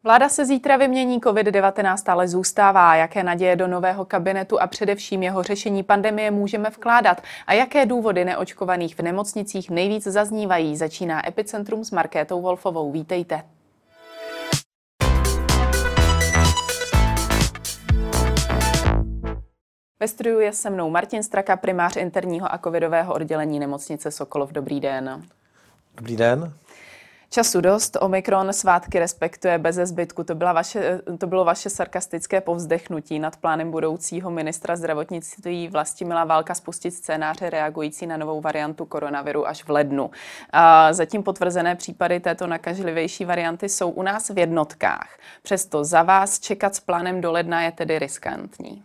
Vláda se zítra vymění, COVID-19 ale zůstává. Jaké naděje do nového kabinetu a především jeho řešení pandemie můžeme vkládat? A jaké důvody neočkovaných v nemocnicích nejvíc zaznívají? Začíná Epicentrum s Markétou Wolfovou. Vítejte. Ve studiu je se mnou Martin Straka, primář interního a covidového oddělení nemocnice Sokolov. Dobrý den. Dobrý den. Času dost, Omikron svátky respektuje beze zbytku. To bylo vaše sarkastické povzdechnutí nad plánem budoucího ministra zdravotnictví Vlastimila Válka spustit scénáře reagující na novou variantu koronaviru až v lednu. Zatím potvrzené případy této nakažlivější varianty jsou u nás v jednotkách. Přesto za vás čekat s plánem do ledna je tedy riskantní.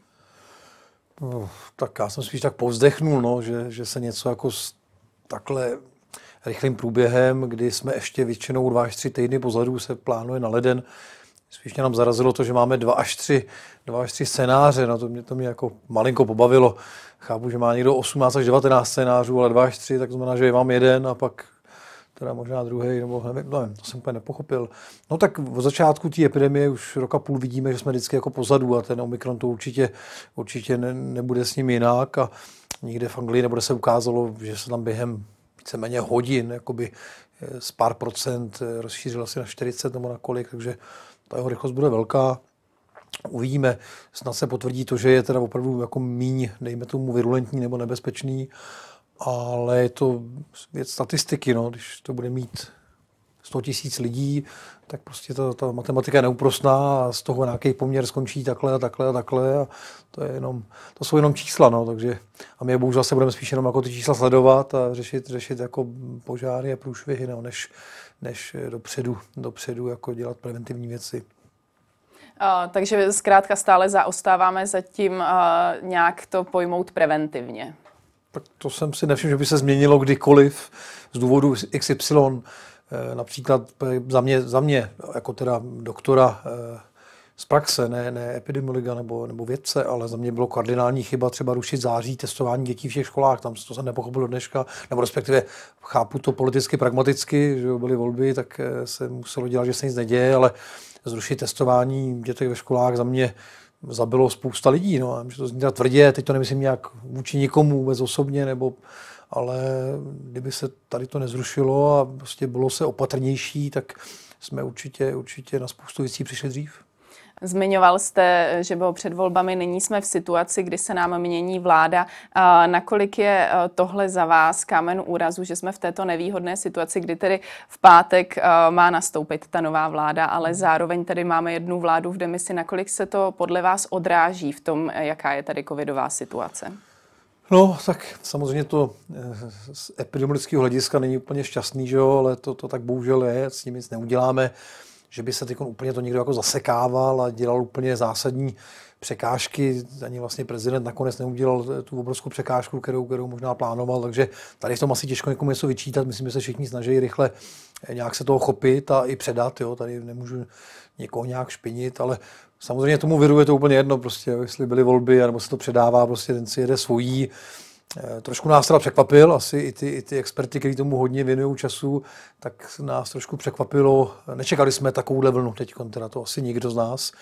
Tak já jsem spíš tak povzdechnul, že se něco jako takhle rychlým průběhem, kdy jsme ještě většinou 2 až 3 týdny pozadu se plánuje na leden. Spíš mě nám zarazilo to, že máme 2 až 3 scénáře, to mě jako malinko pobavilo. Chápu, že má někdo 18 až 19 scénářů, ale 2 až 3, tak znamená, že je vám jeden a pak teda možná druhý, nebo nevím, to jsem úplně nepochopil. No tak od začátku té epidemie už roka půl vidíme, že jsme vždycky jako pozadu a ten Omikron to určitě nebude s ním jinak a nikde v Anglii nebude se ukázalo, že se tam během víceméně hodin, jakoby z pár procent rozšířil asi na 40 nebo na kolik, takže ta jeho rychlost bude velká. Uvidíme, snad se potvrdí to, že je teda opravdu jako míň, dejme tomu, virulentní nebo nebezpečný, ale je to věc statistiky, když to bude mít 100 000 lidí, tak prostě ta matematika je neúprosná a z toho nějaký poměr skončí takhle a to jsou jenom čísla, takže a my bohužel se budeme spíš jenom jako ty čísla sledovat a řešit jako požáry a průšvihy, než dopředu jako dělat preventivní věci. Takže zkrátka stále zaostáváme zatím nějak to pojmout preventivně. Tak to jsem si nevšiml, že by se změnilo kdykoliv z důvodu XY. Například za mě jako teda doktora z praxe, ne epidemiologa nebo vědce, ale za mě bylo kardinální chyba třeba rušit září testování dětí v všech školách. Tam to jsem nepochopil do dneška, nebo respektive chápu to politicky, pragmaticky, že byly volby, tak se muselo dělat, že se nic neděje, ale zrušit testování dětek ve školách za mě zabilo spousta lidí. Že to zní tvrdě, teď to nemyslím nějak vůči nikomu vůbec osobně, ale kdyby se tady to nezrušilo a prostě bylo se opatrnější, tak jsme určitě na spoustu věcí přišli dřív. Zmiňoval jste, že bylo před volbami, nyní jsme v situaci, kdy se nám mění vláda. Nakolik je tohle za vás kámen úrazu, že jsme v této nevýhodné situaci, kdy tedy v pátek má nastoupit ta nová vláda, ale zároveň tedy máme jednu vládu v demisi. Nakolik se to podle vás odráží v tom, jaká je tady covidová situace? No, tak samozřejmě to z epidemiologického hlediska není úplně šťastný, že jo, ale to tak bohužel je, s tím nic neuděláme, že by se teď úplně to někdo jako zasekával a dělal úplně zásadní překážky. Ani vlastně prezident nakonec neudělal tu obrovskou překážku, kterou možná plánoval, takže tady v tom asi těžko někomu něco vyčítat. Myslím, že se všichni snaží rychle nějak se toho chopit a i předat, jo, tady nemůžu někoho nějak špinit, ale samozřejmě tomu viru je to úplně jedno, prostě, jestli byly volby, nebo se to předává, prostě ten si jede svojí. Trošku nás teda překvapil, asi i ty experti, kteří tomu hodně věnují času, tak nás trošku překvapilo. Nečekali jsme takovouhle vlnu teď, teda to asi nikdo z nás.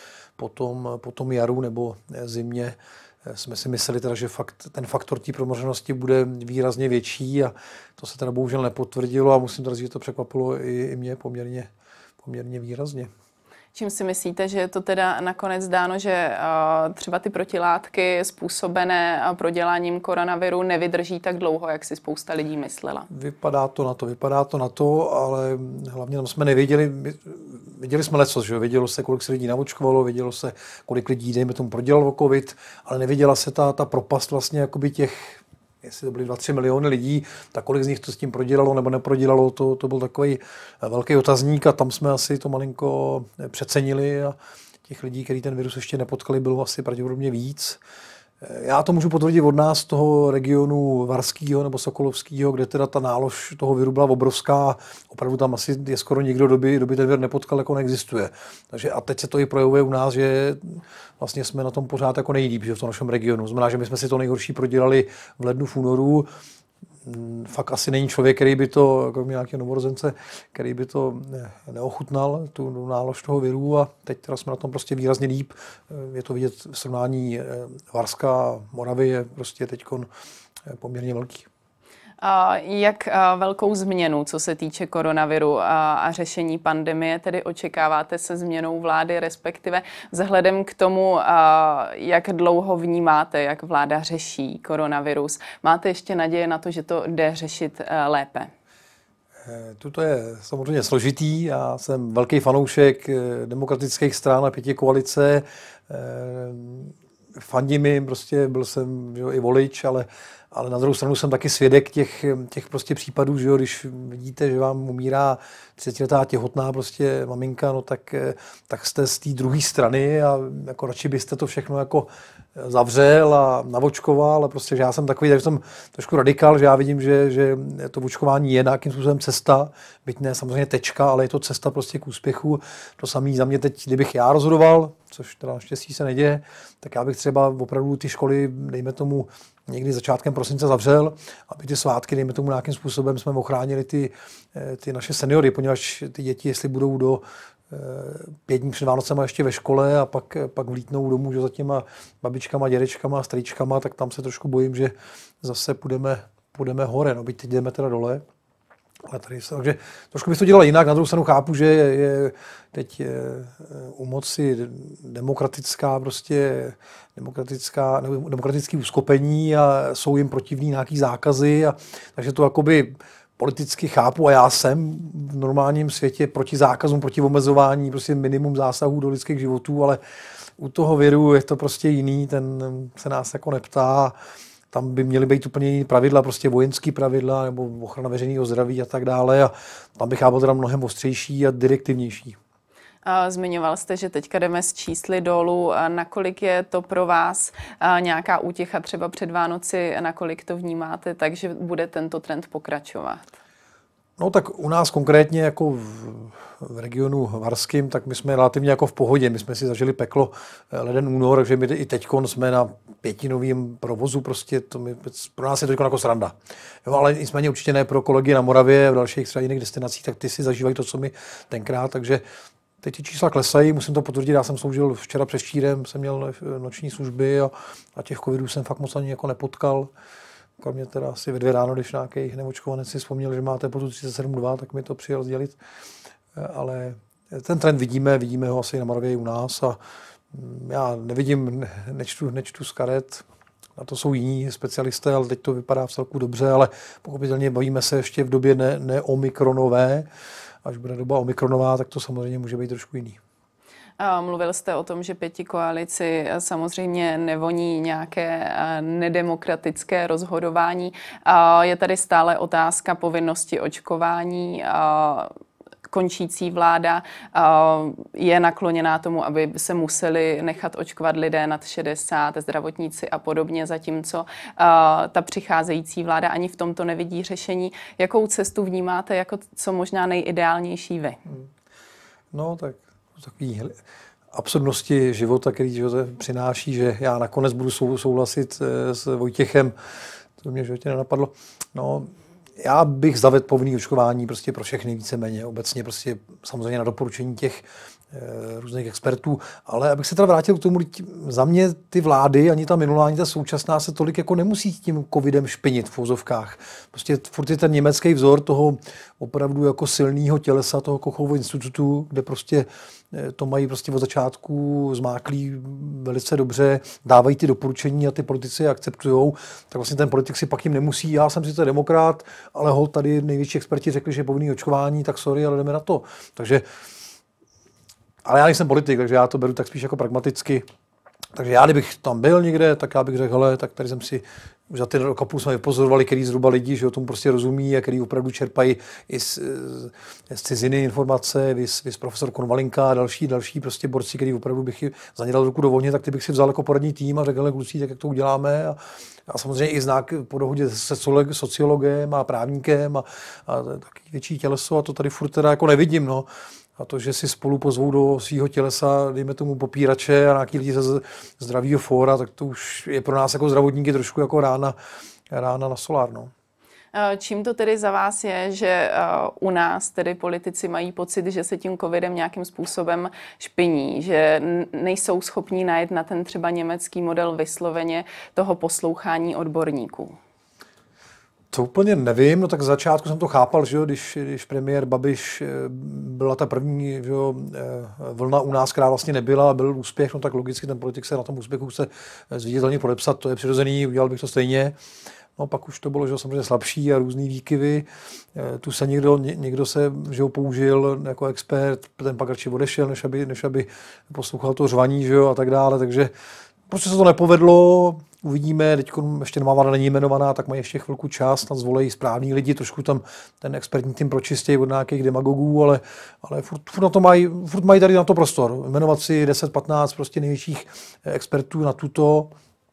Po tom jaru nebo zimě jsme si mysleli teda, že ten faktor té promořenosti bude výrazně větší a to se teda bohužel nepotvrdilo a musím teda říct, že to překvapilo i mě poměrně výrazně. Čím si myslíte, že je to teda nakonec dáno, že třeba ty protilátky způsobené proděláním koronaviru nevydrží tak dlouho, jak si spousta lidí myslela? Vypadá to na to, ale hlavně tam jsme nevěděli, věděli jsme lecos, že vědělo se, kolik se lidí naočkovalo, vědělo se, kolik lidí, dejme tomu, prodělalo covid, ale nevěděla se ta propast vlastně jakoby těch, jestli to byly 2-3 miliony lidí, tak kolik z nich to s tím prodělalo nebo neprodělalo, to byl takový velký otazník a tam jsme asi to malinko přecenili a těch lidí, kteří ten virus ještě nepotkali, bylo asi pravděpodobně víc. Já to můžu potvrdit od nás, toho regionu Varského nebo Sokolovského, kde teda ta nálož toho viru byla obrovská. Opravdu tam asi je skoro nikdo, kdo by ten vir nepotkal, jako neexistuje. Takže a teď se to i projevuje u nás, že vlastně jsme na tom pořád jako nejlíp, že v tom našem regionu. Znamená, že my jsme si to nejhorší prodělali v lednu, v únoru. fakt asi není člověk, který by to, kromě nějakého novorozence, který by to neochutnal, tu nálož toho viru, a teď teda jsme na tom prostě výrazně líp. Je to vidět v srovnání Varska a Moravy je prostě teďkon poměrně velký. Jak velkou změnu, co se týče koronaviru a řešení pandemie, tedy očekáváte se změnou vlády, respektive vzhledem k tomu, jak dlouho vnímáte, jak vláda řeší koronavirus? Máte ještě naděje na to, že to jde řešit lépe? Tuto je samozřejmě složitý. Já jsem velký fanoušek demokratických stran a pětikoalice. Fandím jim, prostě byl jsem i volič, ale na druhou stranu jsem taky svědek těch prostě případů, že jo, když vidíte, že vám umírá 30letá těhotná prostě maminka, no tak jste z té druhé strany a jako radši byste to všechno jako zavřel a navočkoval, a prostě, že já jsem takový, takže jsem trošku radikál, že já vidím, že to očkování je nějakým způsobem cesta, byť ne samozřejmě tečka, ale je to cesta prostě k úspěchu. To samé za mě teď, kdybych já rozhodoval, což teda naštěstí se neděje, tak já bych třeba opravdu ty školy, dejme tomu, někdy začátkem prosince zavřel, aby ty svátky, dejme tomu, nějakým způsobem jsme ochránili ty naše seniory, poněvadž ty děti, jestli budou do 5 dní před Vánocema ještě ve škole a pak vlítnou domů, že za těma babičkama, dědečkama, strýčkama, tak tam se trošku bojím, že zase půjdeme hore, no byť teď jdeme teda dole. Ale tady takže trošku bych to dělal jinak. Na druhou stranu chápu, že je teď u moci demokratické uskupení a jsou jim protivní nějaký zákazy, takže to jakoby politicky chápu, a já jsem v normálním světě proti zákazům, proti omezování, prostě minimum zásahů do lidských životů, ale u toho viru je to prostě jiný, ten se nás jako neptá. Tam by měly být úplně jiné pravidla, prostě vojenské pravidla nebo ochrana veřejného zdraví a tak dále. A tam bych byl teda mnohem ostřejší a direktivnější. Zmiňoval jste, že teďka jdeme s čísly dolů. Nakolik je to pro vás nějaká útěcha třeba před Vánoci? Nakolik to vnímáte, takže bude tento trend pokračovat? No tak u nás konkrétně jako v regionu Varským, tak my jsme relativně jako v pohodě. My jsme si zažili peklo leden, únor, takže my i teďkon jsme na 5novém provozu, prostě pro nás je to jako sranda. Jo, ale nicméně určitě ne pro kolegy na Moravě a v dalších třeba jiných destinacích, tak ty si zažívají to, co my tenkrát, takže teď ty čísla klesají, musím to potvrdit, já jsem sloužil včera předevčírem, jsem měl noční služby a těch covidů jsem fakt moc ani jako nepotkal. Kromě teda asi ve 2 ráno, když nějaký neočkovanec si vzpomněl, že má teplotu 37,2, tak mi to přijel sdělit. Ale ten trend vidíme ho asi na Moravě i u nás, a já nevidím, nečtu z karet, na to jsou jiní specialisté, ale teď to vypadá vcelku dobře, ale pochopitelně bavíme se ještě v době neomikronové. Až bude doba omikronová, tak to samozřejmě může být trošku jiný. Mluvil jste o tom, že pětikoalici samozřejmě nevoní nějaké nedemokratické rozhodování. Je tady stále otázka povinnosti očkování. Končící vláda je nakloněná tomu, aby se museli nechat očkovat lidé nad 60, zdravotníci a podobně, zatímco ta přicházející vláda ani v tomto nevidí řešení. Jakou cestu vnímáte jako co možná nejideálnější vy? No tak takový absurdnosti života, který přináší, že já nakonec budu souhlasit s Vojtěchem, to mě v životě nenapadlo. No, já bych zavedl povinné očkování prostě pro všechny víceméně, obecně prostě samozřejmě na doporučení těch různých expertů, ale abych se teda vrátil k tomu, za mě ty vlády, ani ta minulá, ani ta současná se tolik jako nemusí tím covidem špinit v vozovkách. Prostě furt je ten německý vzor toho opravdu jako silného tělesa, toho Kochovo institutu, kde prostě to mají prostě od začátku zmáklí velice dobře, dávají ty doporučení a ty politici je akceptujou, tak vlastně ten politik si pak jim nemusí, já jsem sice demokrat, ale holt tady největší experti řekli, že je povinný očkování, tak sorry, ale jdeme na to. Takže ale já nejsem politik, takže já to beru tak spíš jako pragmaticky. Takže já, kdybych tam byl někde, tak já bych řekl, hele, tak tady jsem si už za ty rok a půl jsme vypozorovali, který zhruba lidi, že o tom prostě rozumí a který opravdu čerpají i z ciziny informace, vys profesor Konvalinka a další prostě borci, který opravdu bych za ně dal ruku do ohně, tak ty bych si vzal jako poradní tým a řekl, hele, kluci, tak jak to uděláme. A samozřejmě i znak po dohodě se sociologem a právníkem a taky větší těleso, a to tady furt teda jako nevidím, no. A to, že si spolu pozvou do svého tělesa, dejme tomu popírače a nějaký lidi ze zdravýho fóra, tak to už je pro nás jako zdravotníky trošku jako rána na solár. No. Čím to tedy za vás je, že u nás tedy politici mají pocit, že se tím covidem nějakým způsobem špiní, že nejsou schopní najít na ten třeba německý model vysloveně toho poslouchání odborníků? To úplně nevím, no tak z začátku jsem to chápal, že jo, když premiér Babiš byla ta první, že jo, vlna u nás, která vlastně nebyla, byl úspěch, no tak logicky ten politik se na tom úspěchu chce zviditelně podepsat, to je přirozený, udělal bych to stejně. No pak už to bylo, že jo, samozřejmě slabší a různý výkyvy. Tu se někdo se, že jo, použil jako expert, ten pak radši odešel, než aby poslouchal to řvaní, že jo, a tak dále, takže prostě se to nepovedlo, uvidíme, teď ještě nová vláda není jmenovaná, tak mají ještě chvilku čas, tam zvolí správní lidi, trošku tam ten expertní tým pročistějí od nějakých demagogů, ale furt mají tady na to prostor. Jmenovat si 10-15 prostě největších expertů na tuto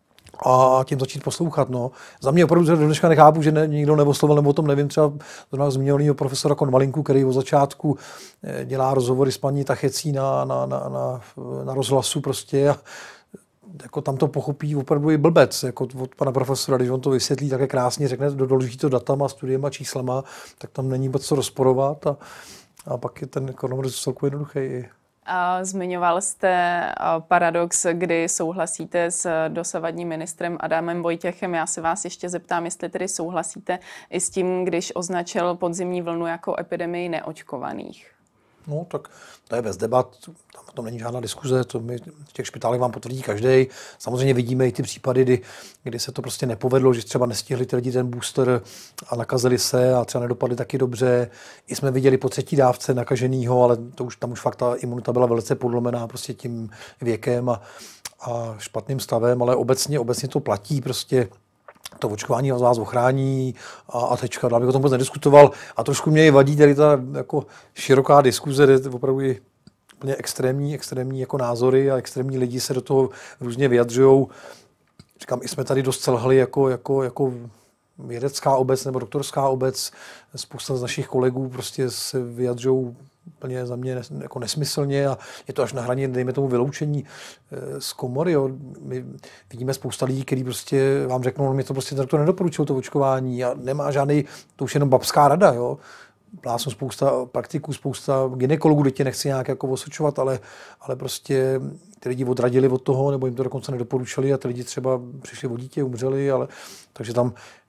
a tím začít poslouchat. No. Za mě opravdu do dneška nechápu, že nikdo neoslovil, nebo o tom nevím, třeba do nás zmiňovaného profesora Konvalinku, který od začátku dělá rozhovory s paní Tachecí na rozhlasu prostě a jako tam to pochopí opravdu i blbec, jako od pana profesora, když on to vysvětlí také krásně, řekne, doloží to datama, studiema, číslama, tak tam není moc co rozporovat a pak je ten koronavirus celku jednoduchý. Zmiňoval jste paradox, kdy souhlasíte s dosavadním ministrem Adamem Vojtěchem. Já se vás ještě zeptám, jestli tedy souhlasíte i s tím, když označil podzimní vlnu jako epidemii neočkovaných. No, tak to je bez debat, tam o tom není žádná diskuze, to my v těch špitálech vám potvrdí každý. Samozřejmě vidíme i ty případy, kdy se to prostě nepovedlo, že třeba nestihli ty lidi ten booster a nakazili se a třeba nedopadli taky dobře. I jsme viděli po třetí dávce nakaženýho, ale tam už fakt ta imunita byla velice podlomená prostě tím věkem a špatným stavem, ale obecně to platí prostě. To očkování vás ochrání a tečka. Já bych o tom vůbec nediskutoval. A trošku mě vadí tady ta jako široká diskuze, kde opravdu je úplně extrémní jako názory a extrémní lidi se do toho různě vyjadřují. Říkám, i jsme tady dost selhali jako vědecká obec nebo doktorská obec. Spousta z našich kolegů prostě se vyjadřují úplně za mě jako nesmyslně a je to až na hraně, dejme tomu, vyloučení z komory. Jo. My vidíme spousta lidí, kteří prostě vám řeknou, mě to prostě to nedoporučují, to očkování a nemá žádný, to už jenom babská rada. Jo. Já jsem spousta praktiků, spousta gynekologů, teď nechci nějak jako osočovat, ale prostě ty lidi odradili od toho, nebo jim to dokonce nedoporučili a ty lidi třeba přišli o dítě, umřeli, ale takže tam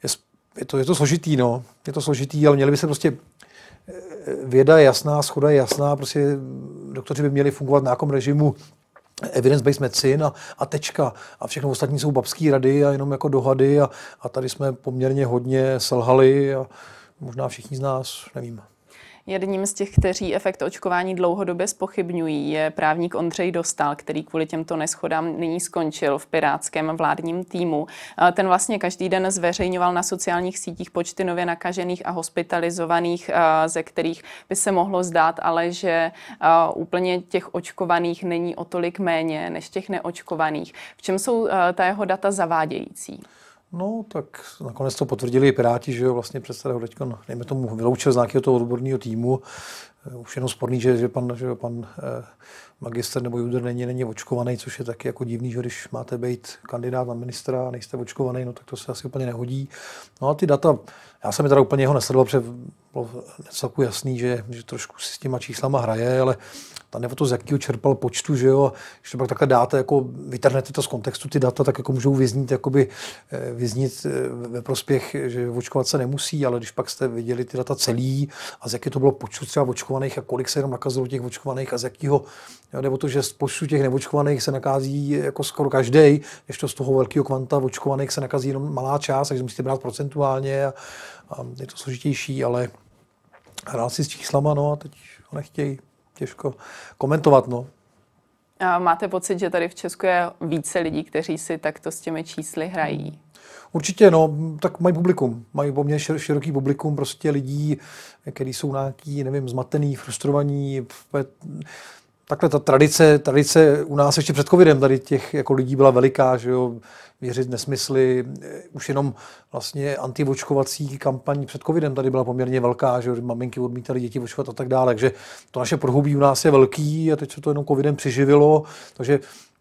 je to složitý, no. Je to složitý, ale měli by se prostě věda je jasná, shoda je jasná, prostě doktoři by měli fungovat na nějakém režimu evidence-based medicine a tečka. A všechno ostatní jsou babský rady a jenom jako dohady a tady jsme poměrně hodně selhali a možná všichni z nás, nevím. Jedním z těch, kteří efekt očkování dlouhodobě zpochybňují, je právník Ondřej Dostál, který kvůli těmto neshodám nyní skončil v pirátském vládním týmu. Ten vlastně každý den zveřejňoval na sociálních sítích počty nově nakažených a hospitalizovaných, ze kterých by se mohlo zdát, ale že úplně těch očkovaných není o tolik méně než těch neočkovaných. V čem jsou ta jeho data zavádějící? No, tak nakonec to potvrdili i Piráti, že jo, vlastně předseda ho teďka, nejme tomu, vyloučil z nějakého toho odborného týmu. Už jenom sporný, že pan magister nebo Judr není očkovaný, což je taky jako divný, že když máte být kandidát na ministra a nejste očkovaný, no tak to se asi úplně nehodí. No a ty data, já jsem je teda úplně jeho nesledoval, protože bylo celku jasný, že trošku si s těma číslama hraje, ale tam nebo to z jakého čerpal počtu, že jo, když to pak takhle dáte, jako vytrhnete to z kontextu ty data, tak jako můžou vyznít ve prospěch, že očkovat se nemusí, ale když pak jste viděli ty data celý a z jakého to bylo počtu třeba očkovaných a kolik se jenom nakazilo těch očkovaných a z jakého, nebo to, že z počtu těch neočkovaných se nakází jako skoro každý, než to z toho velkého kvanta očkovaných se nakazí jenom malá část, takže musíte brát procentuálně a je to složitější, ale hrát si s číslama, no a teď ho nechtějí. Těžko komentovat, no. A máte pocit, že tady v Česku je více lidí, kteří si takto s těmi čísly hrají? Určitě, no, tak mají publikum. Mají poměrně široký publikum prostě lidí, kteří jsou nějaký, nevím, zmatený, frustrovaní. Takhle ta tradice u nás ještě před covidem tady těch jako lidí byla veliká, že jo, věřit nesmysly. Už jenom vlastně antiočkovací kampaň před covidem tady byla poměrně velká, že jo, maminky odmítaly děti očkovat a tak dále. Takže to naše podhoubí u nás je velký a teď se to jenom covidem přiživilo. Takže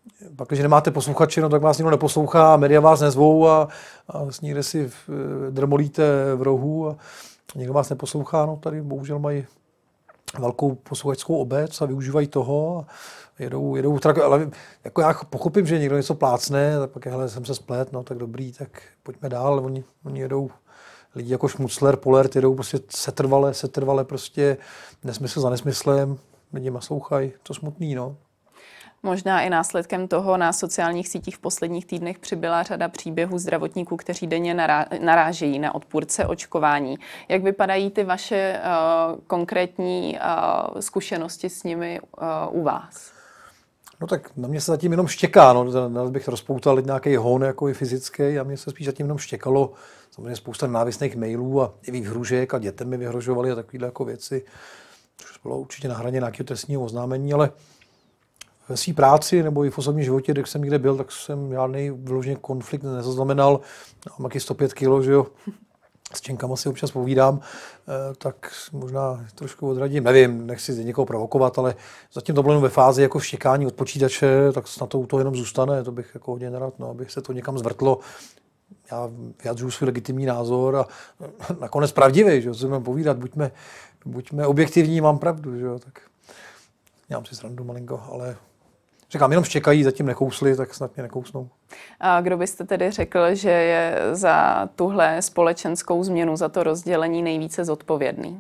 Pak, když nemáte posluchače, no, tak vás nikdo neposlouchá, média vás nezvou a někde si drmolíte v rohu a nikdo vás neposlouchá. No, tady bohužel mají velkou posluchačskou obec a využívají toho. Jedou ale jako já pochopím, že někdo něco plácne, tak pak hele, jsem se splet, no tak dobrý, tak pojďme dál. Oni jedou, lidi jako Šmucler, Polert, jedou prostě setrvale prostě nesmysl za nesmyslem, lidi naslouchají, to smutný, no. Možná i následkem toho na sociálních sítích v posledních týdnech přibyla řada příběhů zdravotníků, kteří denně narážejí na odpůrce očkování. Jak vypadají ty vaše konkrétní zkušenosti s nimi u vás? No tak na mě se zatím jenom štěká, no, nás bych rozpoutal nějaký hon jako i fyzický a mě se spíš zatím jenom štěkalo. Samozřejmě spousta nenávistných mailů a i výhružek a dětem mi vyhrožovali a takovéhle jako věci, což bylo určitě na hraně nějakého trestního oznámení, ale ve své práci nebo i v osobním životě, když jsem někde byl, tak jsem žádný vyložený konflikt nezaznamenal. Mám taky 105 kg, že jo. S Čenkama si občas povídám, tak možná trošku odradím. Nevím, nechci někoho provokovat, ale zatím to bylo ve fázi jako vštěkání od počítače, tak snad to jenom zůstane. To bych jako hodně nerad, no, aby se to někam zvrtlo. Já vyjadřuju svůj legitimní názor a nakonec pravdivý, že jo, co budeme povídat, buďme objektivní, mám pravdu, že jo, tak dělám si srandu malinko, ale říkám, jenom štěkají, zatím nekousli, tak snad mě nekousnou. A kdo byste tedy řekl, že je za tuhle společenskou změnu, za to rozdělení nejvíce zodpovědný?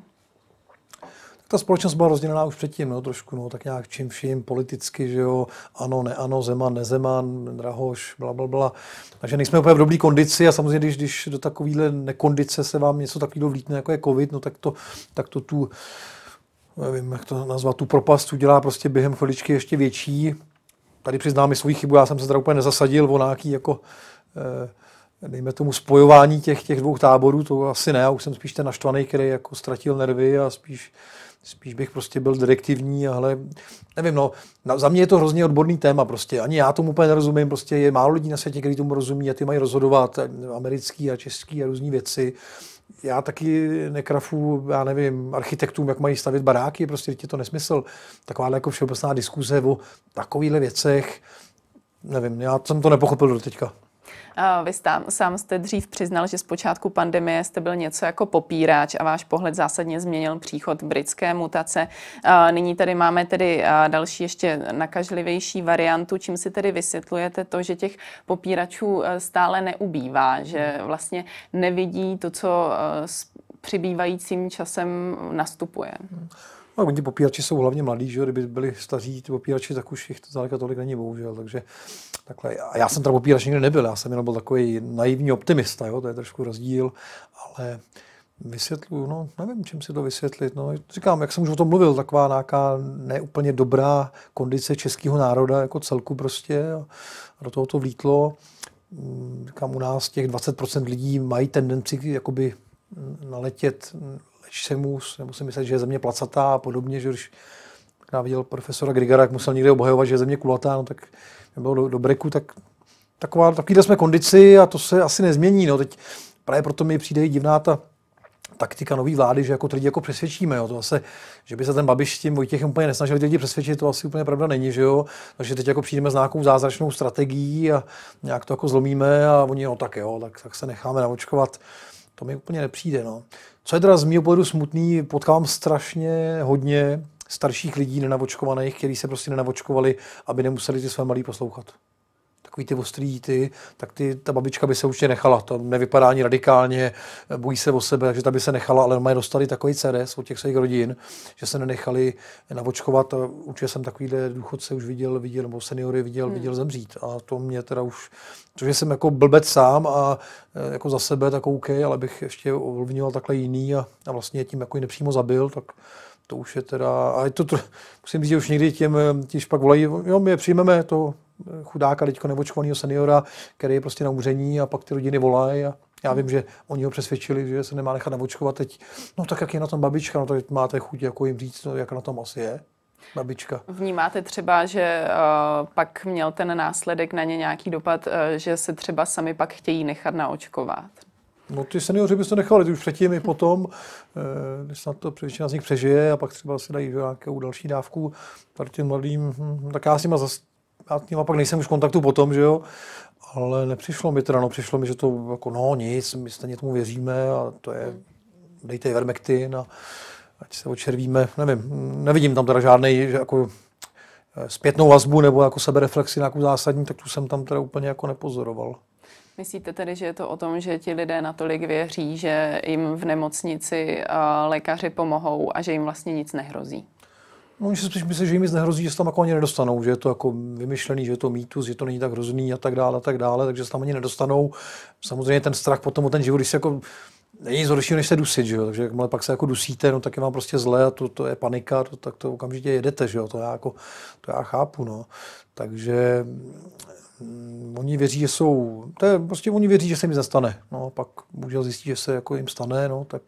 Ta společnost byla rozdělená už předtím, no, trošku, no, tak nějak čím vším, politicky, že jo, ano, neano, Zeman, nezeman, Drahoš, blablabla. Takže nejsme úplně v dobrý kondici a samozřejmě, když do takovéhle nekondice se vám něco takového vlítne, jako je covid, no, tak to tu, nevím, jak to nazvat, tu propast udělá prostě během chviličky ještě větší. Tady přiznám i svoji chybu, já jsem se teda úplně nezasadil o nějaký jako, dejme tomu, spojování těch dvou táborů, to asi ne, já už jsem spíš ten naštvaný, který jako ztratil nervy a spíš bych prostě byl direktivní, ale nevím, no, za mě je to hrozně odborný téma prostě, ani já tomu úplně nerozumím, prostě je málo lidí na světě, kteří tomu rozumí a ty mají rozhodovat, americký a český a různý věci. Já taky nekrafu, já nevím, architektům, jak mají stavět baráky, prostě je to nesmysl. Taková jako všeobecná diskuze o takovýchhle věcech, nevím, já jsem to nepochopil do teďka. Vy sám jste dřív přiznal, že z počátku pandemie jste byl něco jako popírač a váš pohled zásadně změnil příchod britské mutace. Nyní tady máme tedy další ještě nakažlivější variantu. Čím si tedy vysvětlujete to, že těch popíračů stále neubývá, že vlastně nevidí to, co s přibývajícím časem nastupuje? No, ti popírači jsou hlavně mladí, že? Kdyby byli staří ty popírači, tak už jich zdaleka tolik není, bohužel. Takže takhle. A já jsem teda popírač nikdy nebyl, já jsem jenom byl takový naivní optimista, jo? To je trošku rozdíl, ale vysvětluju, no nevím, čím si to vysvětlit. No, říkám, jak jsem už o tom mluvil, taková nějaká neúplně dobrá kondice českého národa jako celku prostě a do toho to vlítlo. Říkám, u nás těch 20% lidí mají tendenci jakoby naletět lečsemus, nebo si myslet, že je země placatá a podobně, že když já viděl profesora Grigara, jak musel někde obhajovat, že je země kulatá, no tak bylo do breku, tak takovýhle jsme kondici a to se asi nezmění. No. Teď právě proto mi přijde divná ta taktika nový vlády, že jako ty lidi jako přesvědčíme. Jo. To zase, že by se ten Babiš s tím Vojtěchem úplně nesnažil ty lidi přesvědčit, to asi úplně pravda není, že jo. Takže teď jako přijdeme s nějakou zázračnou strategií a nějak to jako zlomíme a oni, no tak jo, tak se necháme naočkovat. To mi úplně nepřijde. No. Co je teda z mého pohledu smutný, potkávám strašně hodně starších lidí nenavočkovaných, kteří se prostě nenavočkovali, aby nemuseli ty své malí poslouchat. Takový ty ostrý, tak ta babička by se určitě nechala. To nevypadá ani radikálně, bojí se o sebe, takže ta by se nechala, ale mají dostali takový CDS od těch svých rodin, že se nenechali navočkovat. A určitě jsem takovýhle důchodce už viděl nebo seniory viděl zemřít. A to mě teda už, protože jsem jako blbec sám a jako za sebe tak OK, ale bych ještě ovlivňoval takhle jiný a vlastně tím jako nepřímo zabil, tak to už je teda, a to musím říct, že už někdy těž pak volají, jo, my je přijmeme toho chudáka, teďko neočkovaného seniora, který je prostě na umření a pak ty rodiny volají a já vím, že oni ho přesvědčili, že se nemá nechat navočkovat teď. No tak jak je na tom babička, no tak máte chuť jako jim říct, no, jak na tom asi je babička. Vnímáte třeba, že pak měl ten následek na ně nějaký dopad, že se třeba sami pak chtějí nechat naočkovat? No ty seniori by se nechali, ty už předtím i potom, když snad to většina z nich přežije a pak třeba si dají nějakou další dávku tady těm mladým, tak já s nima já s nima pak nejsem už v kontaktu potom, že jo, ale nepřišlo mi teda, přišlo mi, že to jako no nic, my stejně tomu věříme a to je, dejte Ivermectin a ať se očervíme, nevím, nevidím tam teda žádnej jako zpětnou vazbu nebo jako sebereflexi nějakou zásadní, tak tu jsem tam teda úplně jako nepozoroval. Myslíte tedy, že je to o tom, že ti lidé natolik věří, že jim v nemocnici lékaři pomohou a že jim vlastně nic nehrozí? No, oni si spíš myslí, že jim nic nehrozí, že se tam jako ani nedostanou, že je to jako vymyšlený, že je to mýtus, že to není tak hrozný a tak dále, takže se tam ani nedostanou. Samozřejmě ten strach potom o ten život, když se jako není nic horšího, než se dusit, že jo? Takže jakmile pak se jako dusíte, no, tak je vám prostě zle a to je panika, tak to okamžitě jedete, že jo? To já chápu, no. Takže oni věří, že jsou, prostě oni věří, že se jim nestane. No, pak bohužel zjistí, že se jako jim stane, no, tak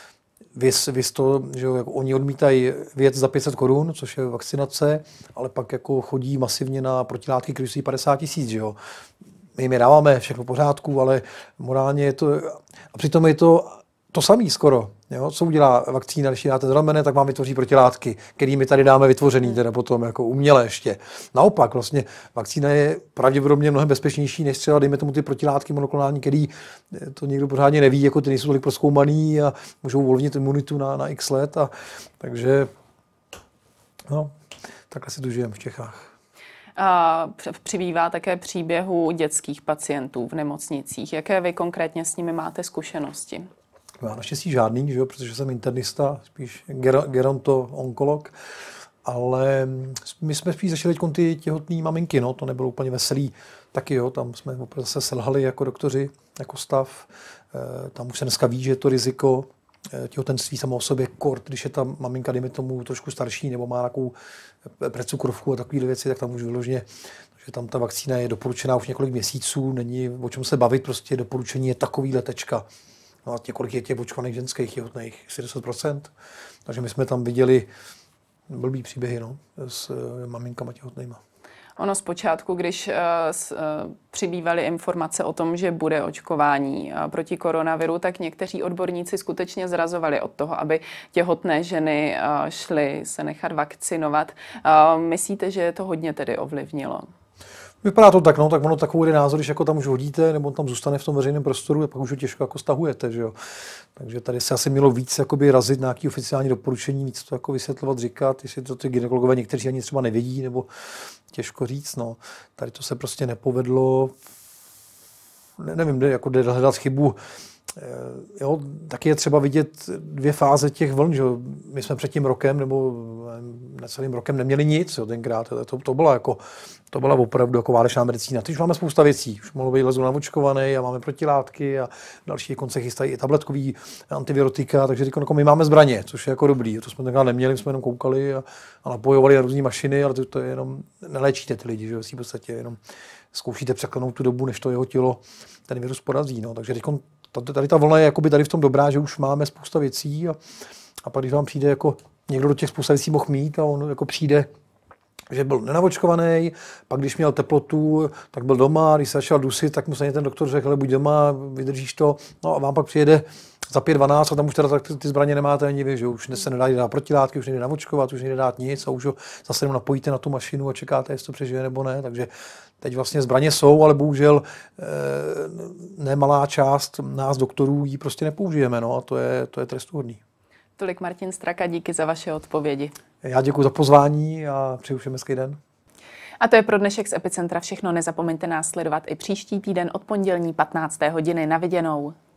vys to, že jo, jako oni odmítají věc za 500 korun, což je vakcinace, ale pak jako chodí masivně na protilátky, které stojí 50 000, že jo. My jim je dáváme, všechno v pořádku, ale morálně je to, a přitom je to samý skoro. Jo? Co udělá vakcína, když ji dáte z ramene, tak vám vytvoří protilátky, který my tady dáme vytvořený, teda potom jako uměle ještě. Naopak, vlastně vakcína je pravděpodobně mnohem bezpečnější, než třeba, dejme tomu, ty protilátky monoklonální, který to nikdo pořádně neví, jako ty nejsou tolik prozkoumaný a můžou uvolnit imunitu na x let. Takže no, takhle si tu žijeme v Čechách. Přibývá také příběhu dětských pacientů v nemocnicích. Jaké vy konkrétně s nimi máte zkušenosti? Já naštěstí žádný, že jo, protože jsem internista, spíš geronto-onkolog, ale my jsme spíš začali ty těhotné maminky, no, to nebylo úplně veselý, taky jo, tam jsme opravdu se selhali jako doktoři, jako stav, tam už se dneska ví, že je to riziko těhotenství samo o sobě kort, když je ta maminka, dejme tomu, trošku starší nebo má nějakou předcukrovku a takové věci, tak tam už vyloženě, že tam ta vakcína je doporučená už několik měsíců, není o čem se bavit, prostě doporučení je takovýhle tečka. No a několik je těch očkovaných ženských těhotných, asi 10%. Takže my jsme tam viděli blbý příběhy, no, s maminkama těhotnýma. Ono zpočátku, když přibývaly informace o tom, že bude očkování proti koronaviru, tak někteří odborníci skutečně zrazovali od toho, aby těhotné ženy šly se nechat vakcinovat. Myslíte, že to hodně tedy ovlivnilo? Vypadá to tak, no, tak ono takový názor, když jako tam už hodíte, nebo on tam zůstane v tom veřejném prostoru, a pak už ho těžko jako stahujete, že jo. Takže tady se asi mělo víc jakoby razit nějaké oficiální doporučení, víc to jako vysvětlovat, říkat, jestli to ty gynekologové někteří ani třeba nevědí, nebo těžko říct, no. Tady to se prostě nepovedlo, nevím, jako jde hledat chybu. Jo, taky je třeba vidět dvě fáze těch vln, že my jsme před tím rokem nebo necelým rokem neměli nic, jo, tenkrát, to byla opravdu jako válečná medicína. Teď už máme spousta věcí, už mohlo být lezu navočkovaný a máme protilátky a další konce chystají i tabletkový antivirotika, takže jako my máme zbraně, což je jako dobrý, to jsme tenkrát neměli, jsme jenom koukali a napojovali na různé mašiny, ale to je jenom, neléčíte ty lidi, že jo, v podstatě jenom zkoušíte překlenout tu dobu, než to jeho tělo ten virus porazí, no, takže tady ta vlna je jakoby tady v tom dobrá, že už máme spousta věcí a pak když vám přijde jako někdo do těch spousta věcí mohl mít a on jako přijde, že byl nenavočkovaný, pak když měl teplotu, tak byl doma, když se začal dusit, tak mu se ten doktor řekl, buď doma, vydržíš to, no a vám pak přijede za 5:12 a tam už teda ty zbraně nemáte ani vy, že už se nedá dát protilátky, už nejde navočkovat, už nejde dát nic a už ho zase jenom napojíte na tu mašinu a čekáte, jestli to přežije nebo ne, takže teď vlastně zbraně jsou, ale bohužel nemalá část nás doktorů ji prostě nepoužijeme, no a to je trestuhodný. Tolik Martin Straka, díky za vaše odpovědi. Já děkuji za pozvání a přeju všem hezký den. A to je pro dnešek z Epicentra všechno. Nezapomeňte nás sledovat i příští týden od pondělí 15. hodiny. Na viděnou.